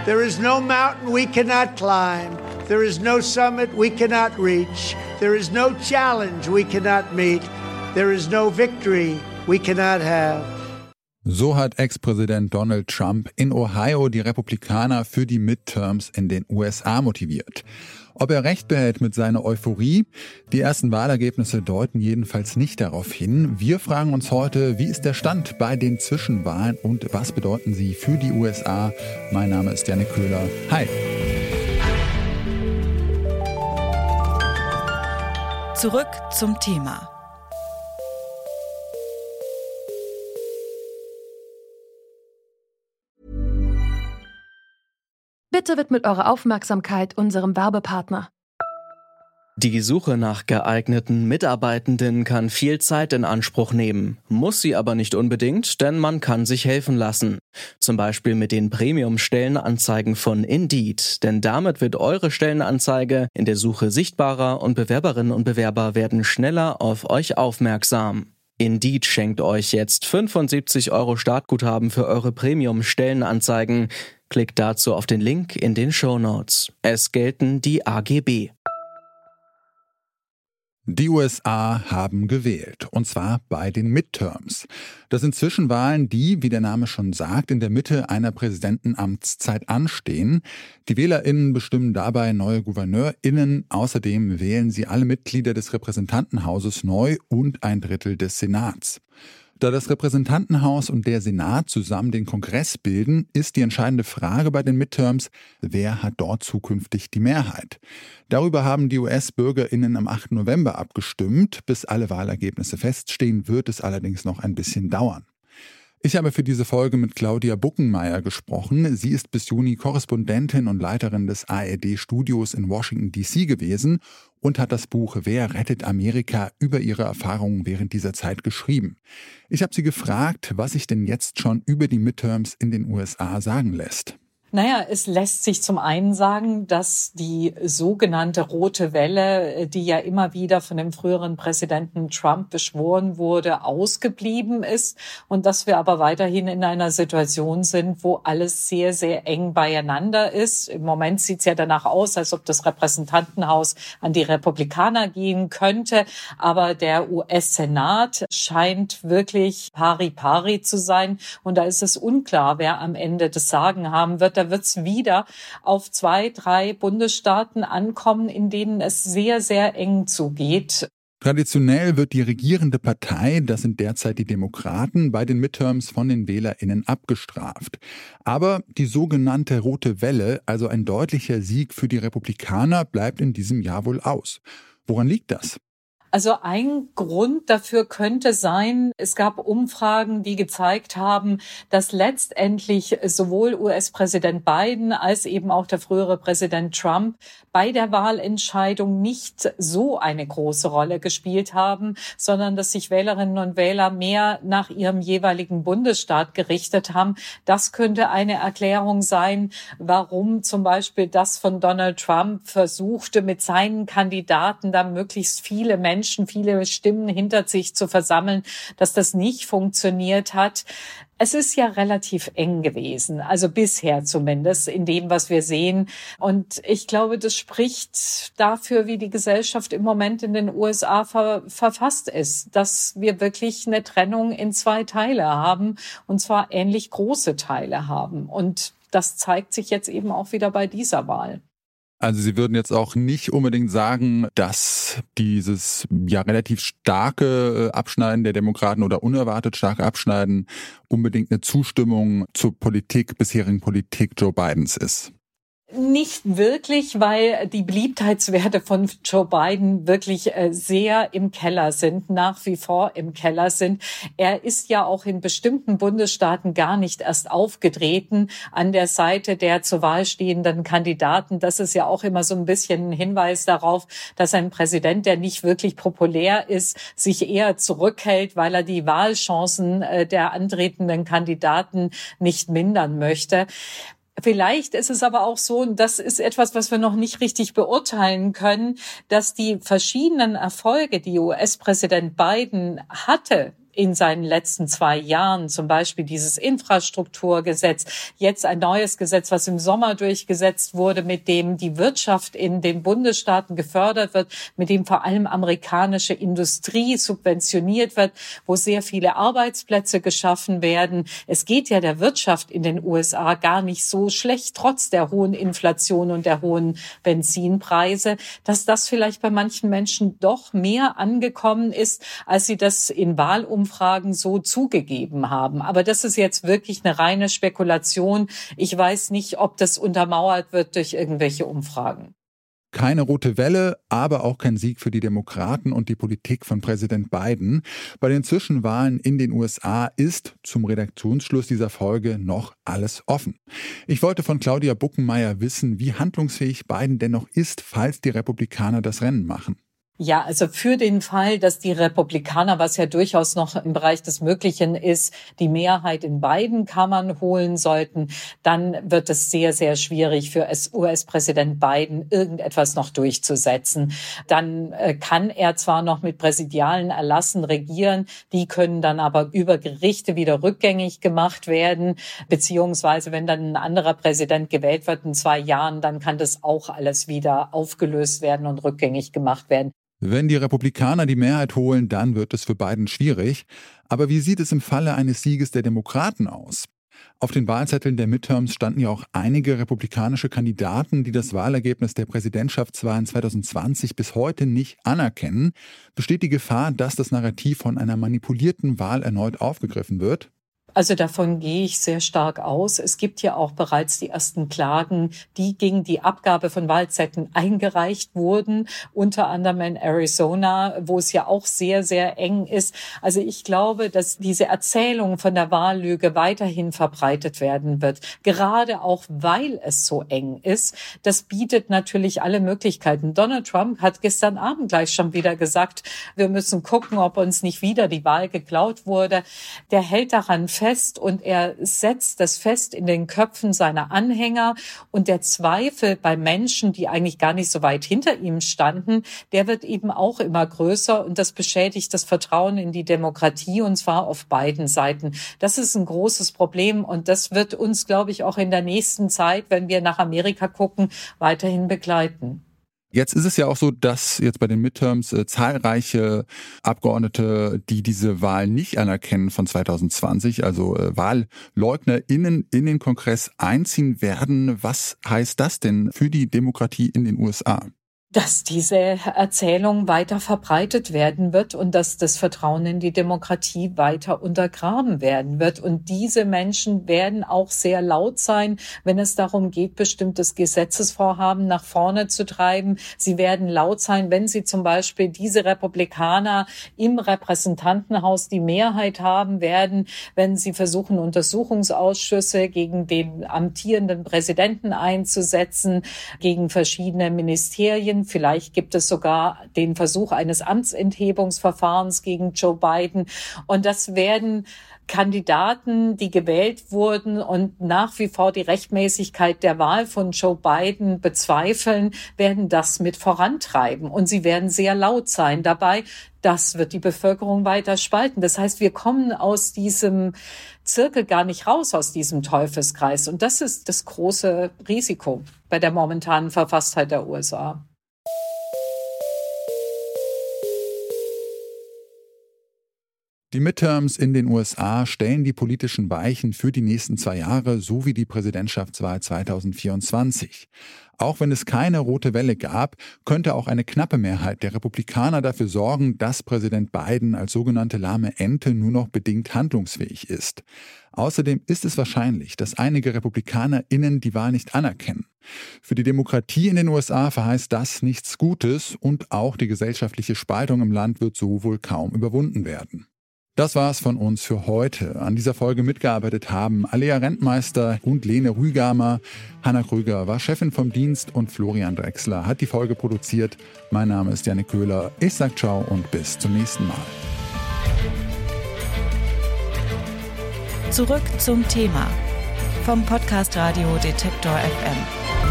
There is no mountain we cannot climb. There is no summit we cannot reach. There is no challenge we cannot meet. There is no victory we cannot have. So hat Ex-Präsident Donald Trump in Ohio die Republikaner für die Midterms in den USA motiviert. Ob er recht behält mit seiner Euphorie? Die ersten Wahlergebnisse deuten jedenfalls nicht darauf hin. Wir fragen uns heute, wie ist der Stand bei den Zwischenwahlen und was bedeuten sie für die USA? Mein Name ist Jannik Köhler. Hi. Zurück zum Thema. Bitte widmet eure Aufmerksamkeit unserem Werbepartner. Die Suche nach geeigneten Mitarbeitenden kann viel Zeit in Anspruch nehmen, muss sie aber nicht unbedingt, denn man kann sich helfen lassen. Zum Beispiel mit den Premium-Stellenanzeigen von Indeed, denn damit wird eure Stellenanzeige in der Suche sichtbarer und Bewerberinnen und Bewerber werden schneller auf euch aufmerksam. Indeed schenkt euch jetzt 75 € Startguthaben für eure Premium-Stellenanzeigen. Klickt dazu auf den Link in den Shownotes. Es gelten die AGB. Die USA haben gewählt, und zwar bei den Midterms. Das sind Zwischenwahlen, die, wie der Name schon sagt, in der Mitte einer Präsidentenamtszeit anstehen. Die WählerInnen bestimmen dabei neue GouverneurInnen. Außerdem wählen sie alle Mitglieder des Repräsentantenhauses neu und ein Drittel des Senats. Da das Repräsentantenhaus und der Senat zusammen den Kongress bilden, ist die entscheidende Frage bei den Midterms, wer hat dort zukünftig die Mehrheit? Darüber haben die US-BürgerInnen am 8. November abgestimmt. Bis alle Wahlergebnisse feststehen, wird es allerdings noch ein bisschen dauern. Ich habe für diese Folge mit Claudia Buckenmeier gesprochen. Sie ist bis Juni Korrespondentin und Leiterin des ARD-Studios in Washington, D.C. gewesen und hat das Buch Wer rettet Amerika über ihre Erfahrungen während dieser Zeit geschrieben. Ich habe sie gefragt, was sich denn jetzt schon über die Midterms in den USA sagen lässt. Naja, es lässt sich zum einen sagen, dass die sogenannte rote Welle, die ja immer wieder von dem früheren Präsidenten Trump beschworen wurde, ausgeblieben ist und dass wir aber weiterhin in einer Situation sind, wo alles sehr, sehr eng beieinander ist. Im Moment sieht es ja danach aus, als ob das Repräsentantenhaus an die Republikaner gehen könnte, aber der US-Senat scheint wirklich pari-pari zu sein und da ist es unklar, wer am Ende das Sagen haben wird. Da wird es wieder auf 2, 3 Bundesstaaten ankommen, in denen es sehr, sehr eng zugeht. Traditionell wird die regierende Partei, das sind derzeit die Demokraten, bei den Midterms von den WählerInnen abgestraft. Aber die sogenannte rote Welle, also ein deutlicher Sieg für die Republikaner, bleibt in diesem Jahr wohl aus. Woran liegt das? Also ein Grund dafür könnte sein, es gab Umfragen, die gezeigt haben, dass letztendlich sowohl US-Präsident Biden als eben auch der frühere Präsident Trump bei der Wahlentscheidung nicht so eine große Rolle gespielt haben, sondern dass sich Wählerinnen und Wähler mehr nach ihrem jeweiligen Bundesstaat gerichtet haben. Das könnte eine Erklärung sein, warum zum Beispiel das von Donald Trump versuchte, mit seinen Kandidaten da möglichst viele Menschen, viele Stimmen hinter sich zu versammeln, dass das nicht funktioniert hat. Es ist ja relativ eng gewesen, also bisher zumindest in dem, was wir sehen. Und ich glaube, das spricht dafür, wie die Gesellschaft im Moment in den USA verfasst ist, dass wir wirklich eine Trennung in 2 Teile haben, und zwar ähnlich große Teile haben. Und das zeigt sich jetzt eben auch wieder bei dieser Wahl. Also Sie würden jetzt auch nicht unbedingt sagen, dass dieses relativ starke Abschneiden der Demokraten oder unerwartet starke Abschneiden unbedingt eine Zustimmung zur bisherigen Politik Joe Bidens ist. Nicht wirklich, weil die Beliebtheitswerte von Joe Biden wirklich sehr im Keller sind, nach wie vor im Keller sind. Er ist ja auch in bestimmten Bundesstaaten gar nicht erst aufgetreten an der Seite der zur Wahl stehenden Kandidaten. Das ist ja auch immer so ein bisschen ein Hinweis darauf, dass ein Präsident, der nicht wirklich populär ist, sich eher zurückhält, weil er die Wahlchancen der antretenden Kandidaten nicht mindern möchte. Vielleicht ist es aber auch so, und das ist etwas, was wir noch nicht richtig beurteilen können, dass die verschiedenen Erfolge, die US-Präsident Biden hatte in seinen letzten 2 Jahren, zum Beispiel dieses Infrastrukturgesetz, jetzt ein neues Gesetz, was im Sommer durchgesetzt wurde, mit dem die Wirtschaft in den Bundesstaaten gefördert wird, mit dem vor allem amerikanische Industrie subventioniert wird, wo sehr viele Arbeitsplätze geschaffen werden. Es geht ja der Wirtschaft in den USA gar nicht so schlecht, trotz der hohen Inflation und der hohen Benzinpreise, dass das vielleicht bei manchen Menschen doch mehr angekommen ist, als sie das in Wahlumfragen so zugegeben haben. Aber das ist jetzt wirklich eine reine Spekulation. Ich weiß nicht, ob das untermauert wird durch irgendwelche Umfragen. Keine rote Welle, aber auch kein Sieg für die Demokraten und die Politik von Präsident Biden. Bei den Zwischenwahlen in den USA ist zum Redaktionsschluss dieser Folge noch alles offen. Ich wollte von Claudia Buckenmeier wissen, wie handlungsfähig Biden denn noch ist, falls die Republikaner das Rennen machen. Ja, also für den Fall, dass die Republikaner, was ja durchaus noch im Bereich des Möglichen ist, die Mehrheit in beiden Kammern holen sollten, dann wird es sehr, sehr schwierig für US-Präsident Biden, irgendetwas noch durchzusetzen. Dann kann er zwar noch mit präsidialen Erlassen regieren, die können dann aber über Gerichte wieder rückgängig gemacht werden, beziehungsweise wenn dann ein anderer Präsident gewählt wird in 2 Jahren, dann kann das auch alles wieder aufgelöst werden und rückgängig gemacht werden. Wenn die Republikaner die Mehrheit holen, dann wird es für Biden schwierig. Aber wie sieht es im Falle eines Sieges der Demokraten aus? Auf den Wahlzetteln der Midterms standen ja auch einige republikanische Kandidaten, die das Wahlergebnis der Präsidentschaftswahlen 2020 bis heute nicht anerkennen. Besteht die Gefahr, dass das Narrativ von einer manipulierten Wahl erneut aufgegriffen wird? Also davon gehe ich sehr stark aus. Es gibt ja auch bereits die ersten Klagen, die gegen die Abgabe von Wahlzetteln eingereicht wurden, unter anderem in Arizona, wo es ja auch sehr, sehr eng ist. Also ich glaube, dass diese Erzählung von der Wahllüge weiterhin verbreitet werden wird, gerade auch, weil es so eng ist. Das bietet natürlich alle Möglichkeiten. Donald Trump hat gestern Abend gleich schon wieder gesagt, wir müssen gucken, ob uns nicht wieder die Wahl geklaut wurde. Der hält daran fest und er setzt das fest in den Köpfen seiner Anhänger. Und der Zweifel bei Menschen, die eigentlich gar nicht so weit hinter ihm standen, der wird eben auch immer größer und das beschädigt das Vertrauen in die Demokratie und zwar auf beiden Seiten. Das ist ein großes Problem und das wird uns, glaube ich, auch in der nächsten Zeit, wenn wir nach Amerika gucken, weiterhin begleiten. Jetzt ist es ja auch so, dass jetzt bei den Midterms zahlreiche Abgeordnete, die diese Wahl nicht anerkennen von 2020, also WahlleugnerInnen in den Kongress einziehen werden. Was heißt das denn für die Demokratie in den USA? Dass diese Erzählung weiter verbreitet werden wird und dass das Vertrauen in die Demokratie weiter untergraben werden wird. Und diese Menschen werden auch sehr laut sein, wenn es darum geht, bestimmtes Gesetzesvorhaben nach vorne zu treiben. Sie werden laut sein, wenn sie zum Beispiel diese Republikaner im Repräsentantenhaus die Mehrheit haben werden, wenn sie versuchen, Untersuchungsausschüsse gegen den amtierenden Präsidenten einzusetzen, gegen verschiedene Ministerien. Vielleicht gibt es sogar den Versuch eines Amtsenthebungsverfahrens gegen Joe Biden. Und das werden Kandidaten, die gewählt wurden und nach wie vor die Rechtmäßigkeit der Wahl von Joe Biden bezweifeln, werden das mit vorantreiben. Und sie werden sehr laut sein dabei. Das wird die Bevölkerung weiter spalten. Das heißt, wir kommen aus diesem Zirkel gar nicht raus, aus diesem Teufelskreis. Und das ist das große Risiko bei der momentanen Verfasstheit der USA. Die Midterms in den USA stellen die politischen Weichen für die nächsten 2 Jahre sowie die Präsidentschaftswahl 2024. Auch wenn es keine rote Welle gab, könnte auch eine knappe Mehrheit der Republikaner dafür sorgen, dass Präsident Biden als sogenannte lahme Ente nur noch bedingt handlungsfähig ist. Außerdem ist es wahrscheinlich, dass einige RepublikanerInnen die Wahl nicht anerkennen. Für die Demokratie in den USA verheißt das nichts Gutes und auch die gesellschaftliche Spaltung im Land wird so wohl kaum überwunden werden. Das war's von uns für heute. An dieser Folge mitgearbeitet haben Alea Rentmeister und Lene Rügamer. Hanna Krüger war Chefin vom Dienst und Florian Drechsler hat die Folge produziert. Mein Name ist Jannik Köhler. Ich sag ciao und bis zum nächsten Mal. Zurück zum Thema vom Podcast Radio Detektor FM.